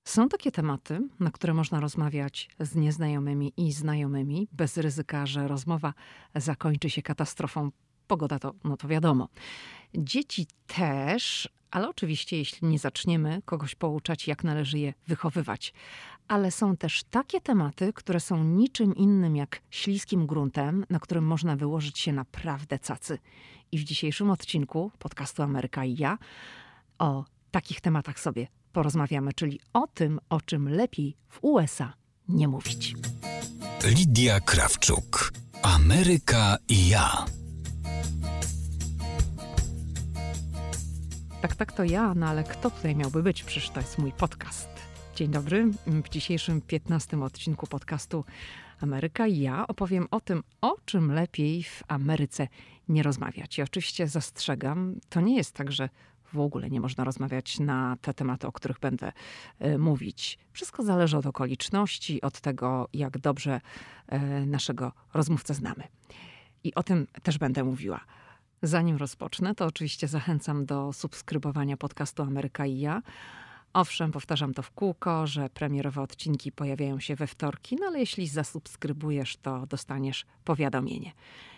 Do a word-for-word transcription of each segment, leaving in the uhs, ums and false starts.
Są takie tematy, na które można rozmawiać z nieznajomymi i znajomymi, bez ryzyka, że rozmowa zakończy się katastrofą. Pogoda to, no to wiadomo. Dzieci też, ale oczywiście jeśli nie zaczniemy kogoś pouczać, jak należy je wychowywać. Ale są też takie tematy, które są niczym innym jak śliskim gruntem, na którym można wyłożyć się naprawdę cacy. I w dzisiejszym odcinku podcastu Ameryka i ja o takich tematach sobie porozmawiamy, czyli o tym, o czym lepiej w U S A nie mówić. Lidia Krawczuk. Ameryka i ja. Tak, tak, to ja, no ale kto tutaj miałby być? Przecież to jest mój podcast. Dzień dobry. W dzisiejszym piętnastym odcinku podcastu Ameryka i ja opowiem o tym, o czym lepiej w Ameryce nie rozmawiać. I oczywiście zastrzegam, to nie jest tak, że w ogóle nie można rozmawiać na te tematy, o których będę y, mówić. Wszystko zależy od okoliczności, od tego, jak dobrze y, naszego rozmówcę znamy. I o tym też będę mówiła. Zanim rozpocznę, to oczywiście zachęcam do subskrybowania podcastu Ameryka i ja. Owszem, powtarzam to w kółko, że premierowe odcinki pojawiają się we wtorki, no ale jeśli zasubskrybujesz, to dostaniesz powiadomienie.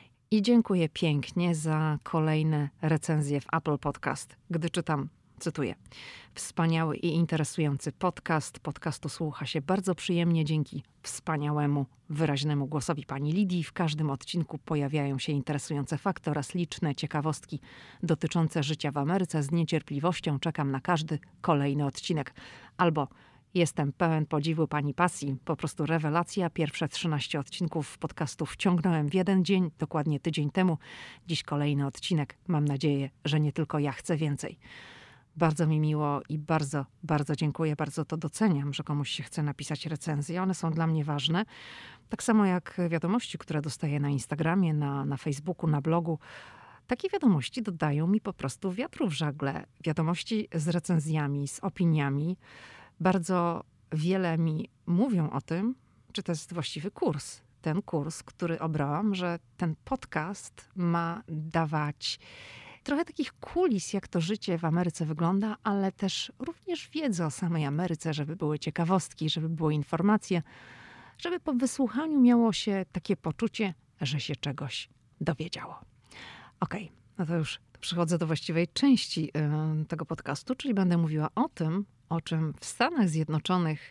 I dziękuję pięknie za kolejne recenzje w Apple Podcast, gdy czytam, cytuję, wspaniały i interesujący podcast. Podcastu słucha się bardzo przyjemnie dzięki wspaniałemu, wyraźnemu głosowi pani Lidii. W każdym odcinku pojawiają się interesujące fakty oraz liczne ciekawostki dotyczące życia w Ameryce. Z niecierpliwością czekam na każdy kolejny odcinek. Albo jestem pełen podziwu pani pasji, po prostu rewelacja. Pierwsze trzynaście odcinków podcastu wciągnąłem w jeden dzień, dokładnie tydzień temu. Dziś kolejny odcinek. Mam nadzieję, że nie tylko ja chcę więcej. Bardzo mi miło i bardzo, bardzo dziękuję, bardzo to doceniam, że komuś się chce napisać recenzje. One są dla mnie ważne. Tak samo jak wiadomości, które dostaję na Instagramie, na, na Facebooku, na blogu. Takie wiadomości dodają mi po prostu wiatru w żagle. Wiadomości z recenzjami, z opiniami. Bardzo wiele mi mówią o tym, czy to jest właściwy kurs. Ten kurs, który obrałam, że ten podcast ma dawać trochę takich kulis, jak to życie w Ameryce wygląda, ale też również wiedzę o samej Ameryce, żeby były ciekawostki, żeby były informacje, żeby po wysłuchaniu miało się takie poczucie, że się czegoś dowiedziało. Okej, okay, no to już przechodzę do właściwej części yy, tego podcastu, czyli będę mówiła o tym, o czym w Stanach Zjednoczonych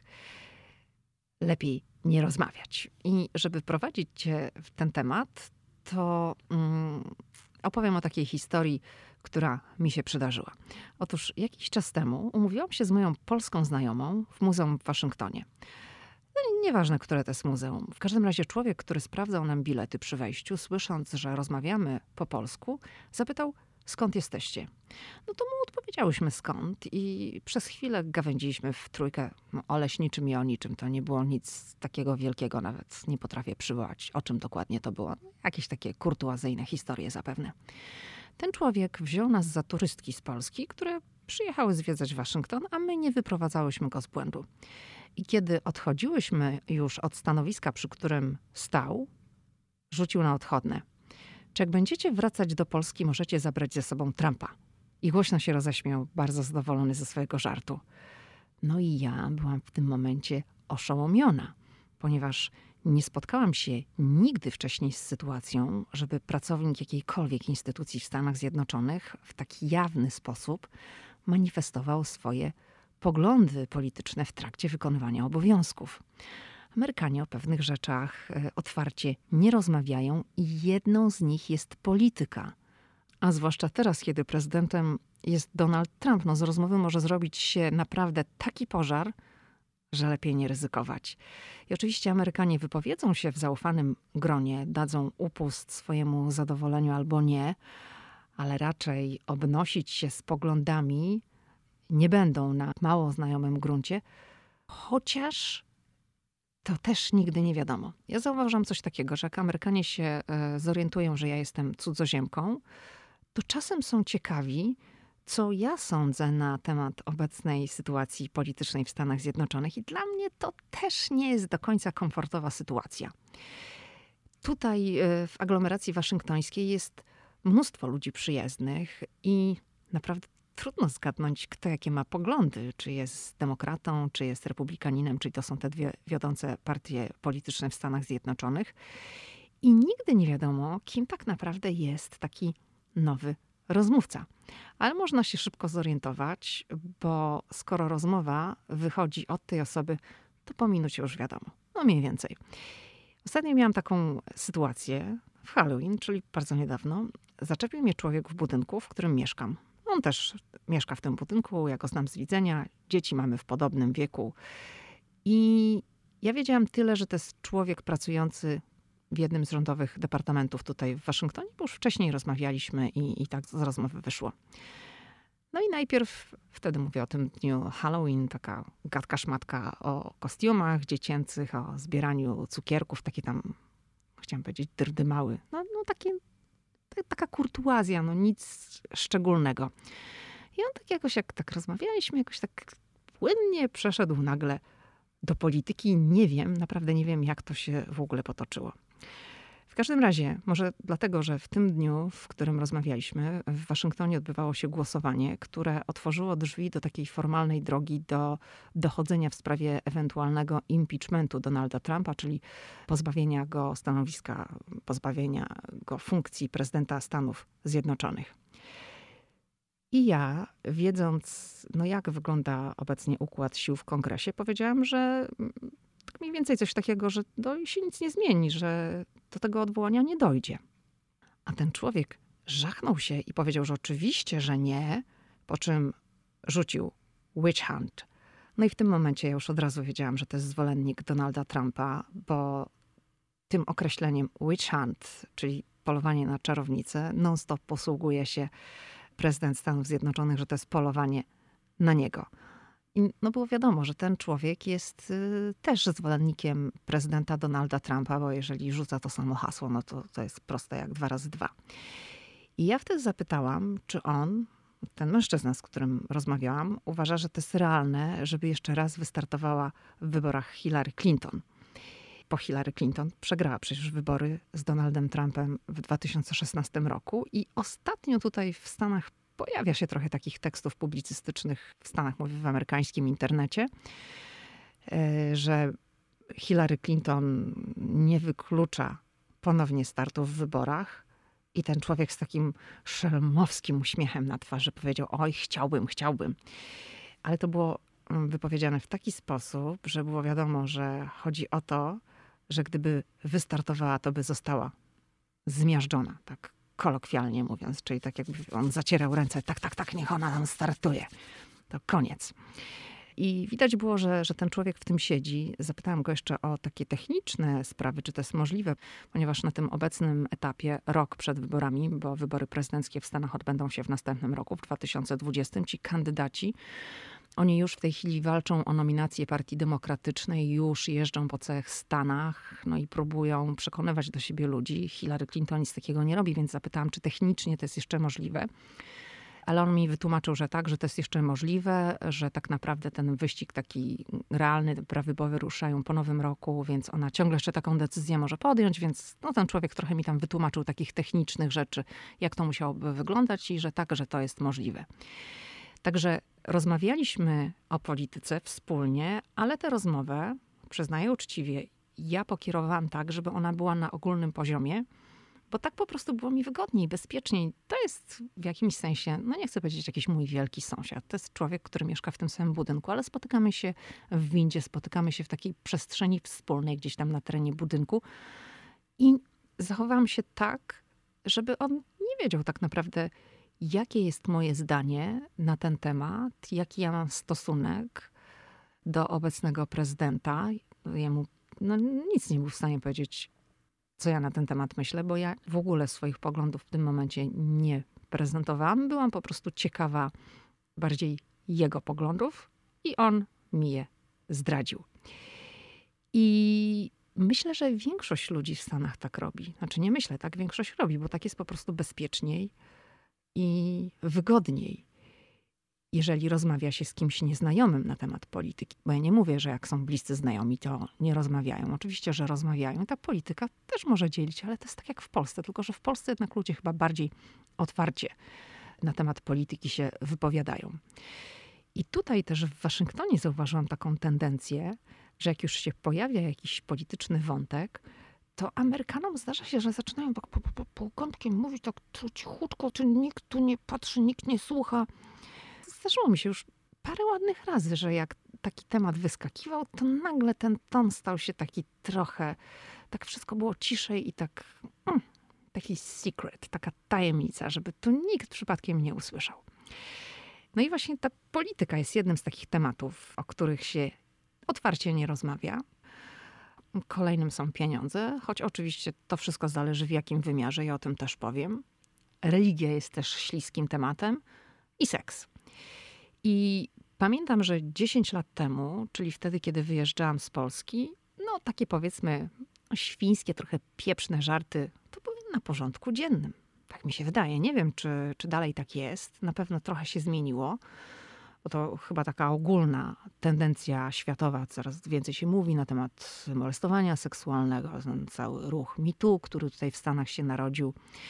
lepiej nie rozmawiać. I żeby wprowadzić cię w ten temat, to mm, opowiem o takiej historii, która mi się przydarzyła. Otóż jakiś czas temu umówiłam się z moją polską znajomą w muzeum w Waszyngtonie. No, nieważne, które to jest muzeum. W każdym razie człowiek, który sprawdzał nam bilety przy wejściu, słysząc, że rozmawiamy po polsku, zapytał, skąd jesteście? No to mu odpowiedziałyśmy skąd i przez chwilę gawędziliśmy w trójkę no, o leśniczym i o niczym. To nie było nic takiego wielkiego, nawet nie potrafię przywołać, o czym dokładnie to było. Jakieś takie kurtuazyjne historie zapewne. Ten człowiek wziął nas za turystki z Polski, które przyjechały zwiedzać Waszyngton, a my nie wyprowadzałyśmy go z błędu. I kiedy odchodziłyśmy już od stanowiska, przy którym stał, rzucił na odchodne. Czy jak będziecie wracać do Polski, możecie zabrać ze sobą Trumpa? I głośno się roześmiał, bardzo zadowolony ze swojego żartu. No i ja byłam w tym momencie oszołomiona, ponieważ nie spotkałam się nigdy wcześniej z sytuacją, żeby pracownik jakiejkolwiek instytucji w Stanach Zjednoczonych w taki jawny sposób manifestował swoje poglądy polityczne w trakcie wykonywania obowiązków. Amerykanie o pewnych rzeczach otwarcie nie rozmawiają i jedną z nich jest polityka. A zwłaszcza teraz, kiedy prezydentem jest Donald Trump, no z rozmowy może zrobić się naprawdę taki pożar, że lepiej nie ryzykować. I oczywiście Amerykanie wypowiedzą się w zaufanym gronie, dadzą upust swojemu zadowoleniu albo nie, ale raczej obnosić się z poglądami nie będą na mało znajomym gruncie, chociaż to też nigdy nie wiadomo. Ja zauważam coś takiego, że jak Amerykanie się zorientują, że ja jestem cudzoziemką, to czasem są ciekawi, co ja sądzę na temat obecnej sytuacji politycznej w Stanach Zjednoczonych. I dla mnie to też nie jest do końca komfortowa sytuacja. Tutaj w aglomeracji waszyngtońskiej jest mnóstwo ludzi przyjaznych i naprawdę trudno zgadnąć, kto jakie ma poglądy. Czy jest demokratą, czy jest republikaninem, czyli to są te dwie wiodące partie polityczne w Stanach Zjednoczonych. I nigdy nie wiadomo, kim tak naprawdę jest taki nowy rozmówca. Ale można się szybko zorientować, bo skoro rozmowa wychodzi od tej osoby, to po minucie już wiadomo. No mniej więcej. Ostatnio miałam taką sytuację w Halloween, czyli bardzo niedawno. Zaczepił mnie człowiek w budynku, w którym mieszkam. On też mieszka w tym budynku, ja go znam z widzenia. Dzieci mamy w podobnym wieku. I ja wiedziałam tyle, że to jest człowiek pracujący w jednym z rządowych departamentów tutaj w Waszyngtonie, bo już wcześniej rozmawialiśmy i, i tak z rozmowy wyszło. No i najpierw, wtedy mówię o tym dniu Halloween, taka gadka szmatka o kostiumach dziecięcych, o zbieraniu cukierków, takie tam, chciałam powiedzieć, dyrdymały. No, no takie, taka kurtuazja, no nic szczególnego. I on tak jakoś, jak tak rozmawialiśmy, jakoś tak płynnie przeszedł nagle do polityki. Nie wiem, naprawdę nie wiem, jak to się w ogóle potoczyło. W każdym razie, może dlatego, że w tym dniu, w którym rozmawialiśmy, w Waszyngtonie odbywało się głosowanie, które otworzyło drzwi do takiej formalnej drogi do dochodzenia w sprawie ewentualnego impeachmentu Donalda Trumpa, czyli pozbawienia go stanowiska, pozbawienia go funkcji prezydenta Stanów Zjednoczonych. I ja, wiedząc, no jak wygląda obecnie układ sił w Kongresie, powiedziałam, że tak mniej więcej coś takiego, że to się nic nie zmieni, że do tego odwołania nie dojdzie. A ten człowiek żachnął się i powiedział, że oczywiście, że nie, po czym rzucił witch hunt. No i w tym momencie ja już od razu wiedziałam, że to jest zwolennik Donalda Trumpa, bo tym określeniem witch hunt, czyli polowanie na czarownicę, non-stop posługuje się prezydent Stanów Zjednoczonych, że to jest polowanie na niego. I no było wiadomo, że ten człowiek jest y, też zwolennikiem prezydenta Donalda Trumpa, bo jeżeli rzuca to samo hasło, no to to jest proste jak dwa razy dwa. I ja wtedy zapytałam, czy on, ten mężczyzna, z którym rozmawiałam, uważa, że to jest realne, żeby jeszcze raz wystartowała w wyborach Hillary Clinton. Po Hillary Clinton przegrała przecież wybory z Donaldem Trumpem w dwa tysiące szesnastym roku i ostatnio tutaj w Stanach pojawia się trochę takich tekstów publicystycznych w Stanach, mówię w amerykańskim internecie, że Hillary Clinton nie wyklucza ponownie startu w wyborach i ten człowiek z takim szelmowskim uśmiechem na twarzy powiedział: oj, chciałbym, chciałbym. Ale to było wypowiedziane w taki sposób, że było wiadomo, że chodzi o to, że gdyby wystartowała, to by została zmiażdżona, tak kolokwialnie mówiąc, czyli tak jakby on zacierał ręce, tak, tak, tak, niech ona nam startuje. To koniec. I widać było, że, że ten człowiek w tym siedzi. Zapytałam go jeszcze o takie techniczne sprawy, czy to jest możliwe, ponieważ na tym obecnym etapie, rok przed wyborami, bo wybory prezydenckie w Stanach odbędą się w następnym roku, w dwa tysiące dwudziestym, ci kandydaci, oni już w tej chwili walczą o nominację Partii Demokratycznej, już jeżdżą po całych Stanach, no i próbują przekonywać do siebie ludzi. Hillary Clinton nic takiego nie robi, więc zapytałam, czy technicznie to jest jeszcze możliwe. Ale on mi wytłumaczył, że tak, że to jest jeszcze możliwe, że tak naprawdę ten wyścig taki realny, prawybory ruszają po nowym roku, więc ona ciągle jeszcze taką decyzję może podjąć, więc no, ten człowiek trochę mi tam wytłumaczył takich technicznych rzeczy, jak to musiałoby wyglądać i że tak, że to jest możliwe. Także rozmawialiśmy o polityce wspólnie, ale tę rozmowę, przyznaję uczciwie, ja pokierowałam tak, żeby ona była na ogólnym poziomie, bo tak po prostu było mi wygodniej, bezpieczniej. To jest w jakimś sensie, no nie chcę powiedzieć jakiś mój wielki sąsiad. To jest człowiek, który mieszka w tym samym budynku, ale spotykamy się w windzie, spotykamy się w takiej przestrzeni wspólnej gdzieś tam na terenie budynku. I zachowałam się tak, żeby on nie wiedział tak naprawdę, jakie jest moje zdanie na ten temat, jaki ja mam stosunek do obecnego prezydenta. Jemu no, nic nie był w stanie powiedzieć, co ja na ten temat myślę, bo ja w ogóle swoich poglądów w tym momencie nie prezentowałam. Byłam po prostu ciekawa bardziej jego poglądów i on mi je zdradził. I myślę, że większość ludzi w Stanach tak robi. Znaczy nie myślę, tak większość robi, bo tak jest po prostu bezpieczniej i wygodniej, jeżeli rozmawia się z kimś nieznajomym na temat polityki. Bo ja nie mówię, że jak są bliscy znajomi, to nie rozmawiają. Oczywiście, że rozmawiają. Ta polityka też może dzielić, ale to jest tak jak w Polsce. Tylko że w Polsce jednak ludzie chyba bardziej otwarcie na temat polityki się wypowiadają. I tutaj też w Waszyngtonie zauważyłam taką tendencję, że jak już się pojawia jakiś polityczny wątek, to Amerykanom zdarza się, że zaczynają tak po, po, półkątkiem mówić tak cichutko, czy nikt tu nie patrzy, nikt nie słucha. Zdarzyło mi się już parę ładnych razy, że jak taki temat wyskakiwał, to nagle ten ton stał się taki trochę, tak wszystko było ciszej i tak, mm, taki secret, taka tajemnica, żeby tu nikt przypadkiem nie usłyszał. No i właśnie ta polityka jest jednym z takich tematów, o których się otwarcie nie rozmawia. Kolejnym są pieniądze, choć oczywiście to wszystko zależy w jakim wymiarze, ja o tym też powiem. Religia jest też śliskim tematem i seks. I pamiętam, że dziesięć lat temu, czyli wtedy, kiedy wyjeżdżałam z Polski, no takie powiedzmy świńskie, trochę pieprzne żarty, to były na porządku dziennym. Tak mi się wydaje. Nie wiem, czy, czy dalej tak jest. Na pewno trochę się zmieniło. Bo to chyba taka ogólna tendencja światowa, coraz więcej się mówi na temat molestowania seksualnego, ten cały ruch Me Too, który tutaj w Stanach się narodził.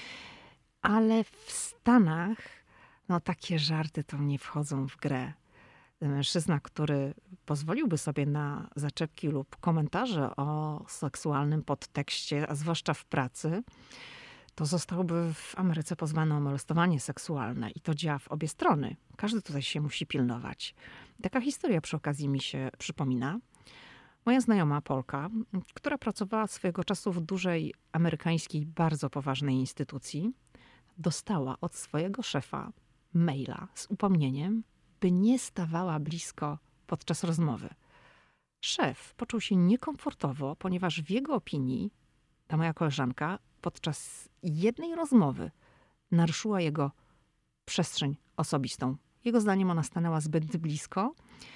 Ale w Stanach no, takie żarty to nie wchodzą w grę. Mężczyzna, który pozwoliłby sobie na zaczepki lub komentarze o seksualnym podtekście, a zwłaszcza w pracy, to zostałby w Ameryce pozwany o molestowanie seksualne i to działa w obie strony. Każdy tutaj się musi pilnować. Taka historia przy okazji mi się przypomina. Moja znajoma Polka, która pracowała swojego czasu w dużej amerykańskiej, bardzo poważnej instytucji, dostała od swojego szefa maila z upomnieniem, by nie stawała blisko podczas rozmowy. Szef poczuł się niekomfortowo, ponieważ w jego opinii ta moja koleżanka podczas jednej rozmowy naruszyła jego przestrzeń osobistą. Jego zdaniem ona stanęła zbyt blisko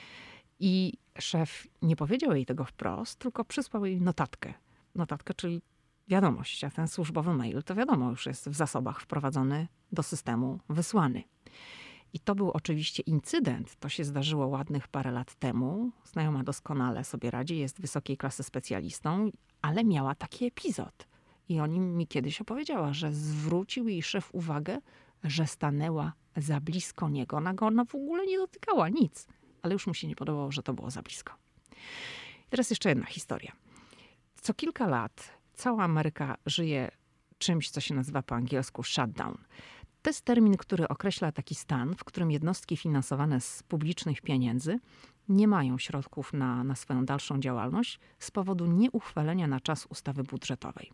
i szef nie powiedział jej tego wprost, tylko przysłał jej notatkę. Notatkę, czyli wiadomość, a ten służbowy mail to wiadomo, już jest w zasobach wprowadzony do systemu, wysłany. I to był oczywiście incydent. To się zdarzyło ładnych parę lat temu. Znajoma doskonale sobie radzi, jest wysokiej klasy specjalistą, ale miała taki epizod. I o nim mi kiedyś opowiedziała, że zwrócił jej szef uwagę, że stanęła za blisko niego. Ona go ona w ogóle nie dotykała, nic. Ale już mu się nie podobało, że to było za blisko. I teraz jeszcze jedna historia. Co kilka lat cała Ameryka żyje czymś, co się nazywa po angielsku shutdown. To jest termin, który określa taki stan, w którym jednostki finansowane z publicznych pieniędzy nie mają środków na, na swoją dalszą działalność z powodu nieuchwalenia na czas ustawy budżetowej.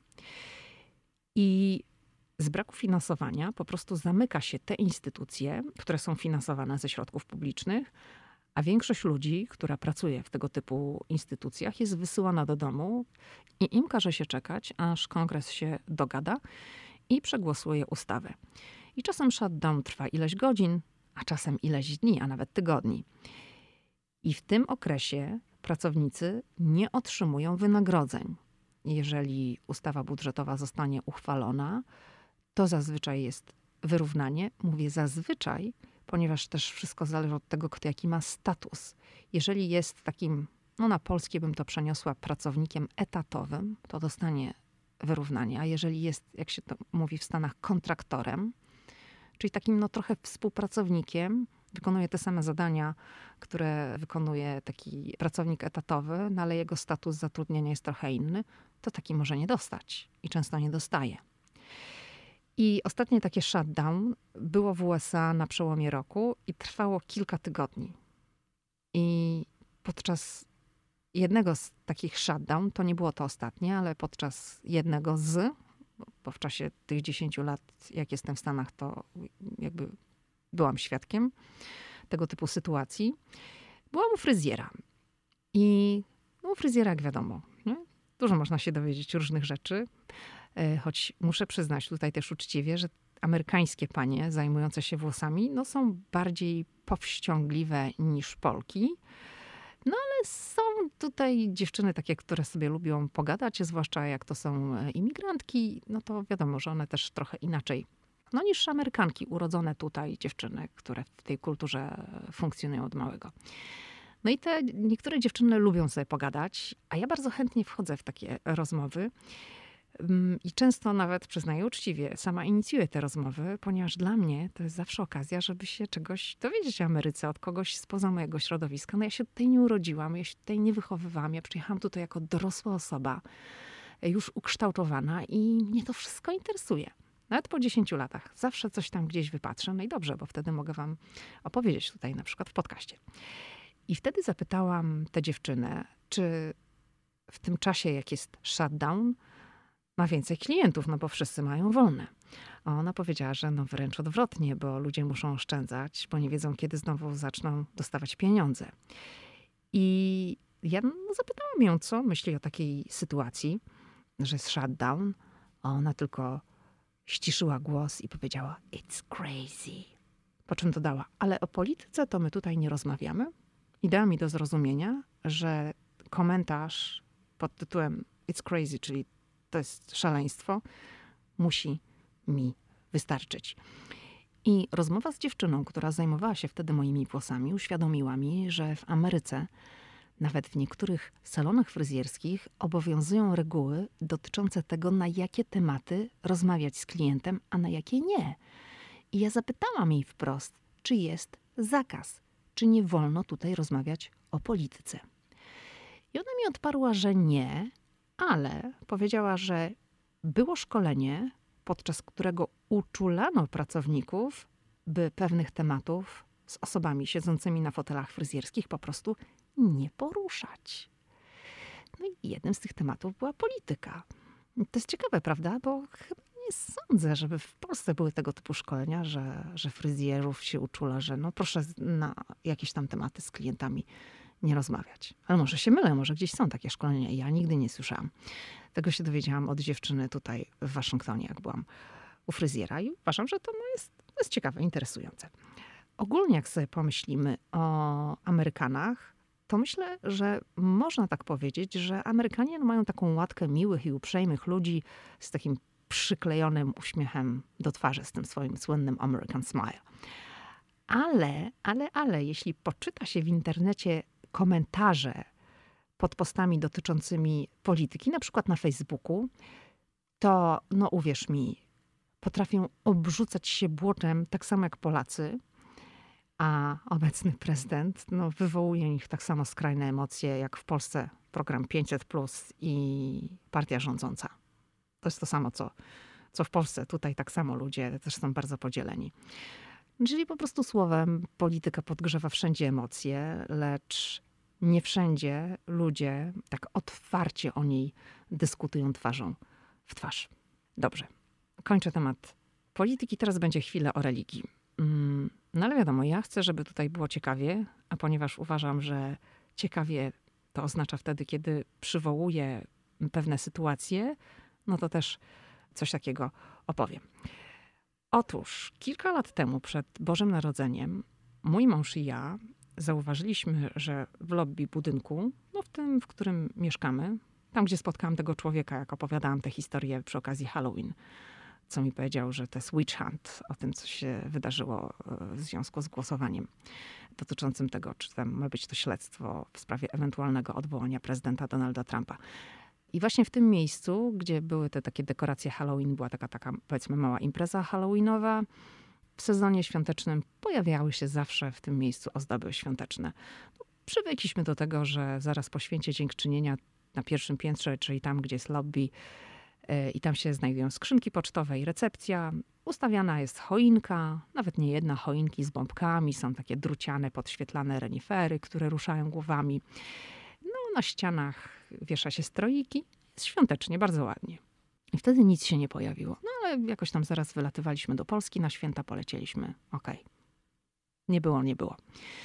I z braku finansowania po prostu zamyka się te instytucje, które są finansowane ze środków publicznych, a większość ludzi, która pracuje w tego typu instytucjach, jest wysyłana do domu i im każe się czekać, aż kongres się dogada i przegłosuje ustawę. I czasem shutdown trwa ileś godzin, a czasem ileś dni, a nawet tygodni. I w tym okresie pracownicy nie otrzymują wynagrodzeń. Jeżeli ustawa budżetowa zostanie uchwalona, to zazwyczaj jest wyrównanie. Mówię zazwyczaj, ponieważ też wszystko zależy od tego, kto jaki ma status. Jeżeli jest takim, no na polskie bym to przeniosła, pracownikiem etatowym, to dostanie wyrównanie. A jeżeli jest, jak się to mówi w Stanach, kontraktorem, czyli takim no trochę współpracownikiem, wykonuje te same zadania, które wykonuje taki pracownik etatowy, no ale jego status zatrudnienia jest trochę inny, to taki może nie dostać i często nie dostaje. I ostatnie takie shutdown było w U S A na przełomie roku i trwało kilka tygodni. I podczas jednego z takich shutdown, to nie było to ostatnie, ale podczas jednego z, bo w czasie tych dziesięciu lat, jak jestem w Stanach, to jakby byłam świadkiem tego typu sytuacji. Byłam u fryzjera. I no, u fryzjera, jak wiadomo, nie? Dużo można się dowiedzieć różnych rzeczy. Choć muszę przyznać tutaj też uczciwie, że amerykańskie panie zajmujące się włosami no, są bardziej powściągliwe niż Polki. No ale są tutaj dziewczyny takie, które sobie lubią pogadać, zwłaszcza jak to są imigrantki, no to wiadomo, że one też trochę inaczej no, niż Amerykanki urodzone tutaj dziewczyny, które w tej kulturze funkcjonują od małego. No i te niektóre dziewczyny lubią sobie pogadać, a ja bardzo chętnie wchodzę w takie rozmowy. I często nawet, przyznaję uczciwie, sama inicjuję te rozmowy, ponieważ dla mnie to jest zawsze okazja, żeby się czegoś dowiedzieć o Ameryce od kogoś spoza mojego środowiska. No ja się tutaj nie urodziłam, ja się tutaj nie wychowywałam. Ja przyjechałam tutaj jako dorosła osoba, już ukształtowana i mnie to wszystko interesuje. Nawet po dziesięciu latach. Zawsze coś tam gdzieś wypatrzę. No i dobrze, bo wtedy mogę wam opowiedzieć tutaj na przykład w podcaście. I wtedy zapytałam tę dziewczynę, czy w tym czasie, jak jest shutdown, ma więcej klientów, no bo wszyscy mają wolne. A ona powiedziała, że no wręcz odwrotnie, bo ludzie muszą oszczędzać, bo nie wiedzą, kiedy znowu zaczną dostawać pieniądze. I ja no, zapytałam ją, co myśli o takiej sytuacji, że jest shutdown, a ona tylko ściszyła głos i powiedziała "It's crazy". Po czym dodała, ale o polityce to my tutaj nie rozmawiamy. I dała mi do zrozumienia, że komentarz pod tytułem "It's crazy", czyli to jest szaleństwo, musi mi wystarczyć. I rozmowa z dziewczyną, która zajmowała się wtedy moimi włosami, uświadomiła mi, że w Ameryce, nawet w niektórych salonach fryzjerskich, obowiązują reguły dotyczące tego, na jakie tematy rozmawiać z klientem, a na jakie nie. I ja zapytałam jej wprost, czy jest zakaz, czy nie wolno tutaj rozmawiać o polityce. I ona mi odparła, że nie, ale powiedziała, że było szkolenie, podczas którego uczulano pracowników, by pewnych tematów z osobami siedzącymi na fotelach fryzjerskich po prostu nie poruszać. No i jednym z tych tematów była polityka. To jest ciekawe, prawda? Bo chyba nie sądzę, żeby w Polsce były tego typu szkolenia, że, że fryzjerów się uczula, że no proszę na jakieś tam tematy z klientami nie rozmawiać. Ale może się mylę, może gdzieś są takie szkolenia. Ja nigdy nie słyszałam. Tego się dowiedziałam od dziewczyny tutaj w Waszyngtonie, jak byłam u fryzjera i uważam, że to no jest, to jest ciekawe, interesujące. Ogólnie jak sobie pomyślimy o Amerykanach, to myślę, że można tak powiedzieć, że Amerykanie no mają taką łatkę miłych i uprzejmych ludzi z takim przyklejonym uśmiechem do twarzy, z tym swoim słynnym American Smile. Ale, ale, ale, jeśli poczyta się w internecie komentarze pod postami dotyczącymi polityki, na przykład na Facebooku, to no uwierz mi, potrafią obrzucać się błotem tak samo jak Polacy, a obecny prezydent no, wywołuje w nich tak samo skrajne emocje jak w Polsce program pięćset plus i partia rządząca. To jest to samo, co, co w Polsce. Tutaj tak samo ludzie też są bardzo podzieleni. Czyli po prostu słowem polityka podgrzewa wszędzie emocje, lecz nie wszędzie ludzie tak otwarcie o niej dyskutują twarzą w twarz. Dobrze, kończę temat polityki, teraz będzie chwilę o religii. No ale wiadomo, ja chcę, żeby tutaj było ciekawie, a ponieważ uważam, że ciekawie to oznacza wtedy, kiedy przywołuję pewne sytuacje, no to też coś takiego opowiem. Otóż kilka lat temu, przed Bożym Narodzeniem, mój mąż i ja zauważyliśmy, że w lobby budynku, no w tym, w którym mieszkamy, tam gdzie spotkałam tego człowieka, jak opowiadałam tę historię przy okazji Halloween, co mi powiedział, że to jest witch hunt, o tym, co się wydarzyło w związku z głosowaniem dotyczącym tego, czy tam ma być to śledztwo w sprawie ewentualnego odwołania prezydenta Donalda Trumpa. I właśnie w tym miejscu, gdzie były te takie dekoracje Halloween, była taka, taka powiedzmy mała impreza halloweenowa. W sezonie świątecznym pojawiały się zawsze w tym miejscu ozdoby świąteczne. No, przywykliśmy do tego, że zaraz po święcie Dziękczynienia na pierwszym piętrze, czyli tam, gdzie jest lobby yy, i tam się znajdują skrzynki pocztowe i recepcja, ustawiana jest choinka, nawet nie jedna, choinki z bombkami, są takie druciane, podświetlane renifery, które ruszają głowami. No, na ścianach wiesza się stroiki, jest świątecznie, bardzo ładnie. I wtedy nic się nie pojawiło. No ale jakoś tam zaraz wylatywaliśmy do Polski, na święta polecieliśmy. Okej. Okay. Nie było, nie było.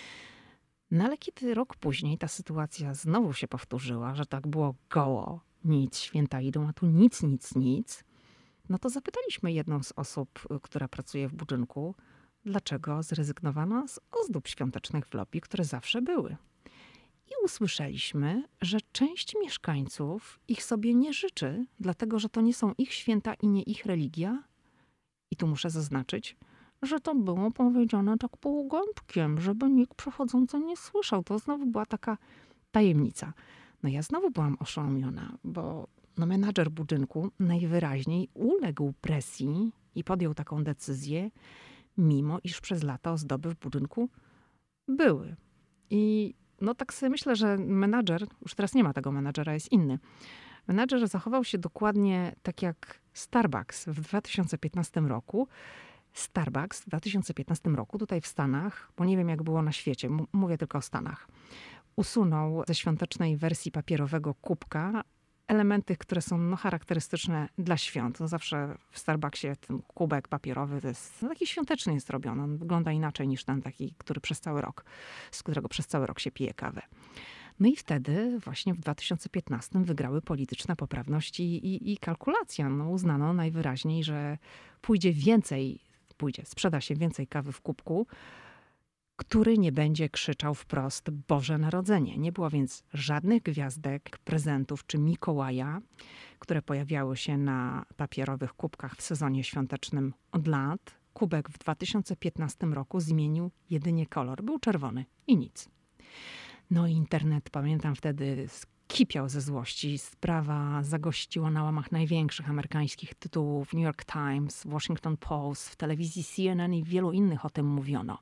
No ale kiedy rok później ta sytuacja znowu się powtórzyła, że tak było goło, nic, święta idą, a tu nic, nic, nic, no to zapytaliśmy jedną z osób, która pracuje w budynku, dlaczego zrezygnowano z ozdób świątecznych w lobby, które zawsze były. I usłyszeliśmy, że część mieszkańców ich sobie nie życzy, dlatego że to nie są ich święta i nie ich religia. I tu muszę zaznaczyć, że to było powiedziane tak półgębkiem, żeby nikt przechodzący nie słyszał. To znowu była taka tajemnica. No ja znowu byłam oszołomiona, bo no menadżer budynku najwyraźniej uległ presji i podjął taką decyzję, mimo iż przez lata ozdoby w budynku były. I no tak sobie myślę, że menadżer, już teraz nie ma tego menadżera, jest inny. Menadżer zachował się dokładnie tak jak Starbucks w dwa tysiące piętnastym roku. Starbucks w dwa tysiące piętnastym roku tutaj w Stanach, bo nie wiem jak było na świecie, m- mówię tylko o Stanach, usunął ze świątecznej wersji papierowego kubka elementy, które są no, charakterystyczne dla świąt. No, zawsze w Starbucksie ten kubek papierowy to jest no, taki świąteczny jest robiony. On wygląda inaczej niż ten taki, który przez cały rok, z którego przez cały rok się pije kawę. No i wtedy właśnie w dwa tysiące piętnastym wygrały polityczna poprawność i, i, i kalkulacja. No, uznano najwyraźniej, że pójdzie więcej, pójdzie, sprzeda się więcej kawy w kubku, który nie będzie krzyczał wprost Boże Narodzenie. Nie było więc żadnych gwiazdek, prezentów czy Mikołaja, które pojawiały się na papierowych kubkach w sezonie świątecznym od lat. Kubek w dwa tysiące piętnastym roku zmienił jedynie kolor. Był czerwony i nic. No i internet, pamiętam wtedy, kipiał ze złości. Sprawa zagościła na łamach największych amerykańskich tytułów. New York Times, Washington Post, w telewizji C N N i wielu innych o tym mówiono.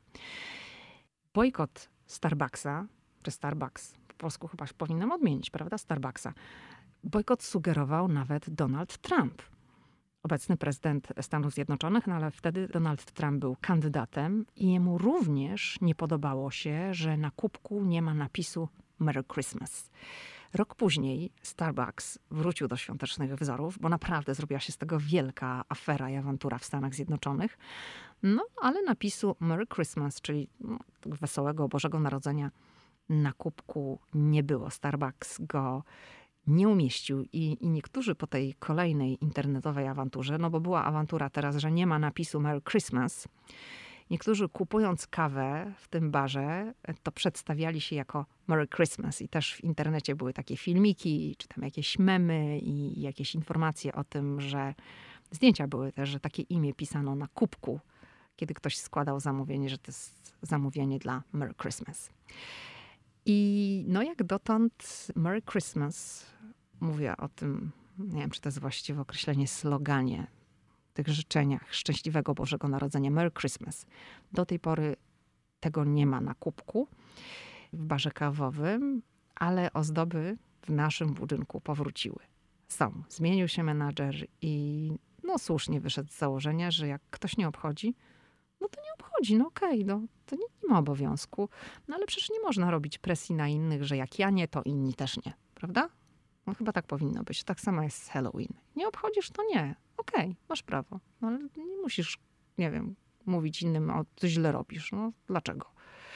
Bojkot Starbucksa, czy Starbucks, po polsku chyba powinnam odmienić, prawda, Starbucksa. Bojkot sugerował nawet Donald Trump, obecny prezydent Stanów Zjednoczonych, no ale wtedy Donald Trump był kandydatem i jemu również nie podobało się, że na kubku nie ma napisu Merry Christmas. Rok później Starbucks wrócił do świątecznych wzorów, bo naprawdę zrobiła się z tego wielka afera i awantura w Stanach Zjednoczonych. No, ale napisu Merry Christmas, czyli no, wesołego Bożego Narodzenia na kubku nie było. Starbucks go nie umieścił i, i niektórzy po tej kolejnej internetowej awanturze, no bo była awantura teraz, że nie ma napisu Merry Christmas, niektórzy kupując kawę w tym barze, to przedstawiali się jako Merry Christmas i też w internecie były takie filmiki, czy tam jakieś memy i jakieś informacje o tym, że zdjęcia były też, że takie imię pisano na kubku, kiedy ktoś składał zamówienie, że to jest zamówienie dla Merry Christmas. I no jak dotąd Merry Christmas, mówię o tym, nie wiem, czy to jest właściwe określenie, sloganie, tych życzeniach szczęśliwego Bożego Narodzenia, Merry Christmas. Do tej pory tego nie ma na kubku w barze kawowym, ale ozdoby w naszym budynku powróciły. Są. Zmienił się menadżer i no słusznie wyszedł z założenia, że jak ktoś nie obchodzi, no to nie obchodzi, no okej, okay, no to nie, nie ma obowiązku. No ale przecież nie można robić presji na innych, że jak ja nie, to inni też nie, prawda? No chyba tak powinno być. Tak samo jest z Halloween. Nie obchodzisz, to nie. Okej, okay, masz prawo. No ale nie musisz, nie wiem, mówić innym, o co źle robisz. No dlaczego?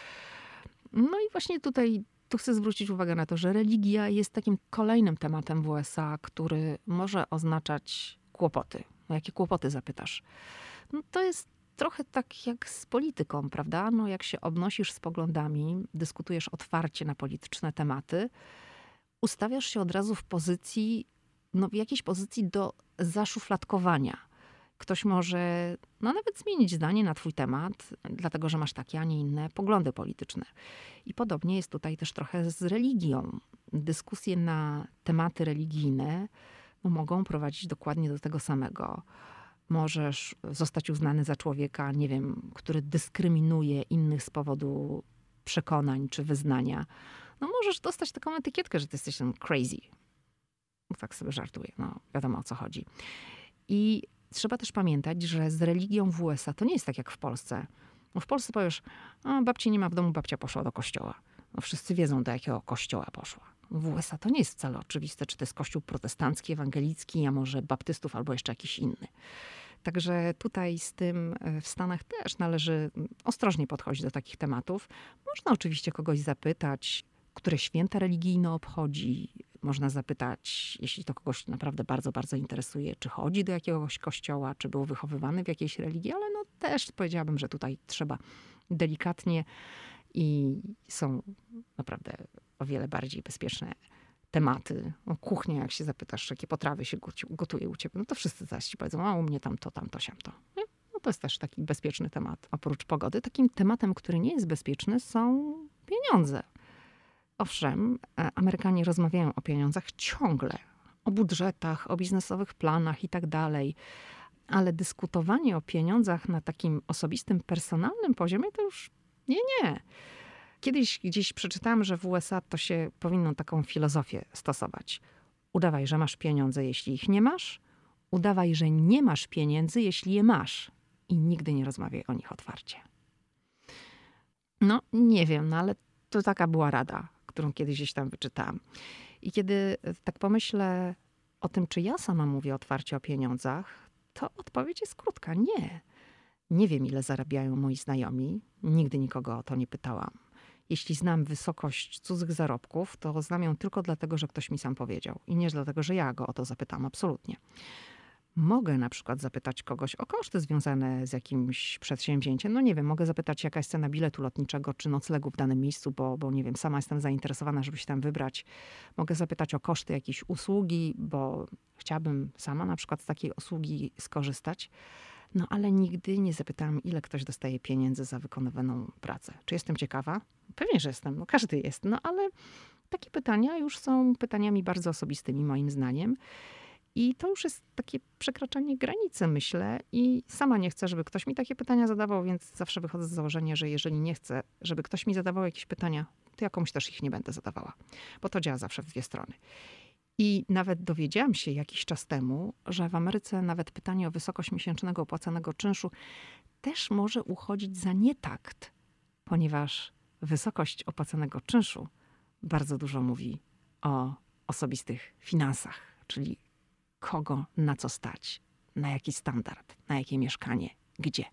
No i właśnie tutaj tu chcę zwrócić uwagę na to, że religia jest takim kolejnym tematem w U S A, który może oznaczać kłopoty. No jakie kłopoty zapytasz? No to jest trochę tak jak z polityką, prawda? No jak się obnosisz z poglądami, dyskutujesz otwarcie na polityczne tematy, ustawiasz się od razu w pozycji, no w jakiejś pozycji do zaszufladkowania. Ktoś może no nawet zmienić zdanie na twój temat, dlatego że masz takie, a nie inne poglądy polityczne. I podobnie jest tutaj też trochę z religią. Dyskusje na tematy religijne no, mogą prowadzić dokładnie do tego samego. Możesz zostać uznany za człowieka, nie wiem, który dyskryminuje innych z powodu przekonań czy wyznania. No możesz dostać taką etykietkę, że ty jesteś ten crazy. Tak sobie żartuję, no wiadomo o co chodzi. I trzeba też pamiętać, że z religią w U S A to nie jest tak jak w Polsce. No w Polsce powiesz, a babci nie ma w domu, babcia poszła do kościoła. No wszyscy wiedzą, do jakiego kościoła poszła. W U S A to nie jest wcale oczywiste, czy to jest kościół protestancki, ewangelicki, a może baptystów albo jeszcze jakiś inny. Także tutaj z tym w Stanach też należy ostrożnie podchodzić do takich tematów. Można oczywiście kogoś zapytać, które święta religijne obchodzi. Można zapytać, jeśli to kogoś naprawdę bardzo, bardzo interesuje, czy chodzi do jakiegoś kościoła, czy był wychowywany w jakiejś religii, ale no też powiedziałabym, że tutaj trzeba delikatnie i są naprawdę o wiele bardziej bezpieczne tematy. O kuchnię, jak się zapytasz, jakie potrawy się gotuje u ciebie, no to wszyscy zaś ci powiedzą, a u mnie tam to, tam to, siam to. Nie? No to jest też taki bezpieczny temat. Oprócz pogody, takim tematem, który nie jest bezpieczny, są pieniądze. Owszem, Amerykanie rozmawiają o pieniądzach ciągle, o budżetach, o biznesowych planach i tak dalej. Ale dyskutowanie o pieniądzach na takim osobistym, personalnym poziomie to już nie, nie. Kiedyś gdzieś przeczytałam, że w U S A to się powinno taką filozofię stosować. Udawaj, że masz pieniądze, jeśli ich nie masz. Udawaj, że nie masz pieniędzy, jeśli je masz. I nigdy nie rozmawiaj o nich otwarcie. No, nie wiem, no ale to taka była rada, którą kiedyś gdzieś tam wyczytałam. I kiedy tak pomyślę o tym, czy ja sama mówię otwarcie o pieniądzach, to odpowiedź jest krótka. Nie. Nie wiem, ile zarabiają moi znajomi. Nigdy nikogo o to nie pytałam. Jeśli znam wysokość cudzych zarobków, to znam ją tylko dlatego, że ktoś mi sam powiedział. I nie dlatego, że ja go o to zapytam. Absolutnie. Mogę na przykład zapytać kogoś o koszty związane z jakimś przedsięwzięciem. No nie wiem, mogę zapytać, jaka jest cena biletu lotniczego czy noclegu w danym miejscu, bo, bo nie wiem, sama jestem zainteresowana, żeby się tam wybrać. Mogę zapytać o koszty jakiejś usługi, bo chciałabym sama na przykład z takiej usługi skorzystać. No ale nigdy nie zapytałam, ile ktoś dostaje pieniędzy za wykonywaną pracę. Czy jestem ciekawa? Pewnie, że jestem. No każdy jest. No ale takie pytania już są pytaniami bardzo osobistymi moim zdaniem. I to już jest takie przekraczanie granicy, myślę. I sama nie chcę, żeby ktoś mi takie pytania zadawał, więc zawsze wychodzę z założenia, że jeżeli nie chcę, żeby ktoś mi zadawał jakieś pytania, to ja komuś też ich nie będę zadawała. Bo to działa zawsze w dwie strony. I nawet dowiedziałam się jakiś czas temu, że w Ameryce nawet pytanie o wysokość miesięcznego opłacanego czynszu też może uchodzić za nietakt, ponieważ wysokość opłacanego czynszu bardzo dużo mówi o osobistych finansach, czyli kogo na co stać, na jaki standard, na jakie mieszkanie, gdzie.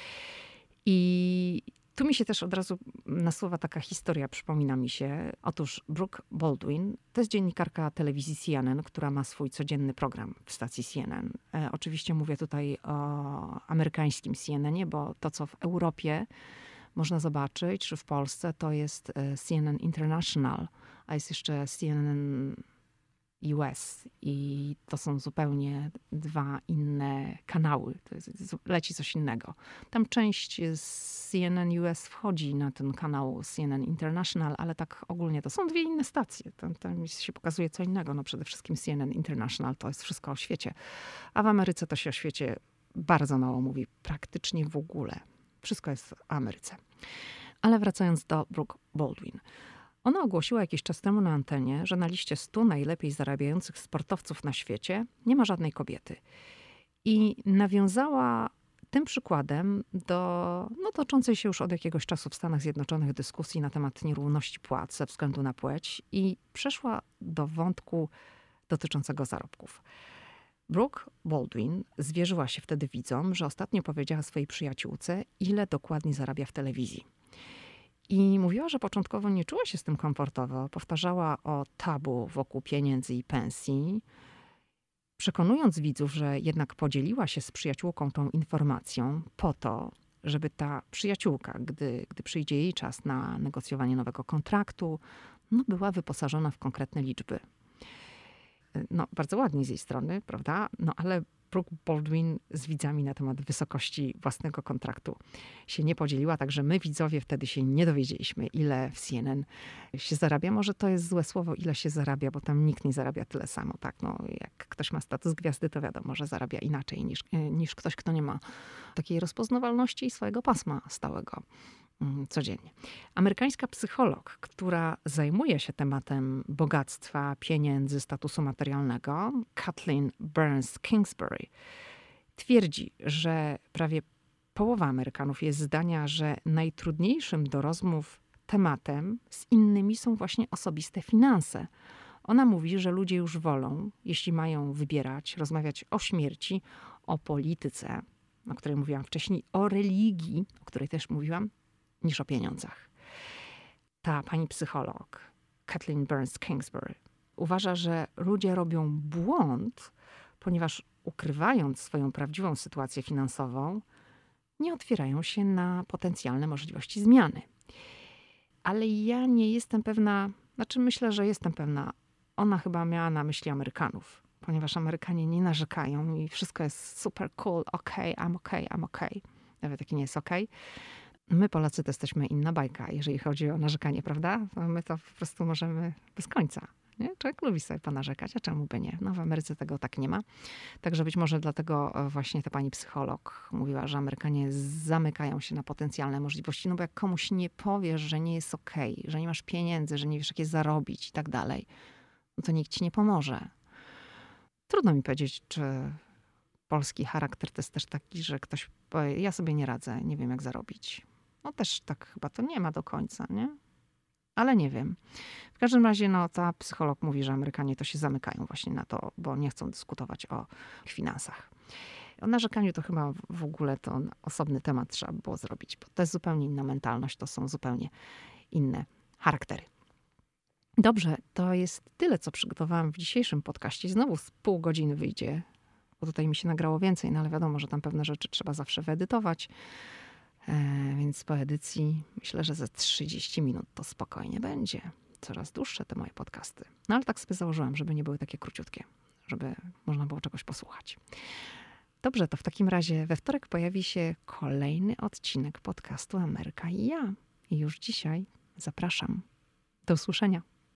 I tu mi się też od razu nasuwa taka historia, przypomina mi się. Otóż Brooke Baldwin to jest dziennikarka telewizji C N N, która ma swój codzienny program w stacji C N N. E, oczywiście mówię tutaj o amerykańskim C N N-ie, bo to, co w Europie można zobaczyć, czy w Polsce, to jest C N N International, a jest jeszcze C N N U S i to są zupełnie dwa inne kanały. To jest, leci coś innego. Tam część z C N N U S wchodzi na ten kanał C N N International, ale tak ogólnie to są dwie inne stacje. Tam, tam się pokazuje co innego. No przede wszystkim C N N International to jest wszystko o świecie. A w Ameryce to się o świecie bardzo mało mówi. Praktycznie w ogóle. Wszystko jest w Ameryce. Ale wracając do Brooke Baldwin. Ona ogłosiła jakiś czas temu na antenie, że na liście stu najlepiej zarabiających sportowców na świecie nie ma żadnej kobiety. I nawiązała tym przykładem do no, toczącej się już od jakiegoś czasu w Stanach Zjednoczonych dyskusji na temat nierówności płac ze względu na płeć i przeszła do wątku dotyczącego zarobków. Brooke Baldwin zwierzyła się wtedy widzom, że ostatnio powiedziała swojej przyjaciółce, ile dokładnie zarabia w telewizji. I mówiła, że początkowo nie czuła się z tym komfortowo. Powtarzała o tabu wokół pieniędzy i pensji, przekonując widzów, że jednak podzieliła się z przyjaciółką tą informacją po to, żeby ta przyjaciółka, gdy, gdy przyjdzie jej czas na negocjowanie nowego kontraktu, no była wyposażona w konkretne liczby. No, bardzo ładnie z jej strony, prawda? No, ale Brooke Baldwin z widzami na temat wysokości własnego kontraktu się nie podzieliła, także my widzowie wtedy się nie dowiedzieliśmy, ile w C N N się zarabia. Może to jest złe słowo, ile się zarabia, bo tam nikt nie zarabia tyle samo. Tak? No, jak ktoś ma status gwiazdy, to wiadomo, że zarabia inaczej niż, niż ktoś, kto nie ma takiej rozpoznawalności i swojego pasma stałego codziennie. Amerykańska psycholog, która zajmuje się tematem bogactwa, pieniędzy, statusu materialnego, Kathleen Burns Kingsbury, twierdzi, że prawie połowa Amerykanów jest zdania, że najtrudniejszym do rozmów tematem z innymi są właśnie osobiste finanse. Ona mówi, że ludzie już wolą, jeśli mają wybierać, rozmawiać o śmierci, o polityce, o której mówiłam wcześniej, o religii, o której też mówiłam, niż o pieniądzach. Ta pani psycholog, Kathleen Burns Kingsbury, uważa, że ludzie robią błąd, ponieważ ukrywając swoją prawdziwą sytuację finansową, nie otwierają się na potencjalne możliwości zmiany. Ale ja nie jestem pewna, znaczy myślę, że jestem pewna, ona chyba miała na myśli Amerykanów, ponieważ Amerykanie nie narzekają i wszystko jest super cool, okej, okay, I'm okay, I'm okay. Nawet jak nie jest okej. Okay. My Polacy to jesteśmy inna bajka, jeżeli chodzi o narzekanie, prawda? My to po prostu możemy bez końca. Nie? Człowiek lubi sobie ponarzekać, a czemu by nie? No w Ameryce tego tak nie ma. Także być może dlatego właśnie ta pani psycholog mówiła, że Amerykanie zamykają się na potencjalne możliwości. No bo jak komuś nie powiesz, że nie jest okej, że nie masz pieniędzy, że nie wiesz jak je zarobić i tak dalej, no to nikt ci nie pomoże. Trudno mi powiedzieć, czy polski charakter to jest też taki, że ktoś powie, ja sobie nie radzę, nie wiem jak zarobić. No też tak chyba to nie ma do końca, nie? Ale nie wiem. W każdym razie no, ta psycholog mówi, że Amerykanie to się zamykają właśnie na to, bo nie chcą dyskutować o finansach. O narzekaniu to chyba w ogóle to osobny temat trzeba było zrobić, bo to jest zupełnie inna mentalność, to są zupełnie inne charaktery. Dobrze, to jest tyle, co przygotowałam w dzisiejszym podcaście. Znowu z pół godziny wyjdzie, bo tutaj mi się nagrało więcej, no ale wiadomo, że tam pewne rzeczy trzeba zawsze wyedytować. E, więc po edycji myślę, że ze trzydzieści minut to spokojnie będzie. Coraz dłuższe te moje podcasty. No ale tak sobie założyłam, żeby nie były takie króciutkie, żeby można było czegoś posłuchać. Dobrze, to w takim razie we wtorek pojawi się kolejny odcinek podcastu Ameryka i ja. I już dzisiaj zapraszam. Do usłyszenia.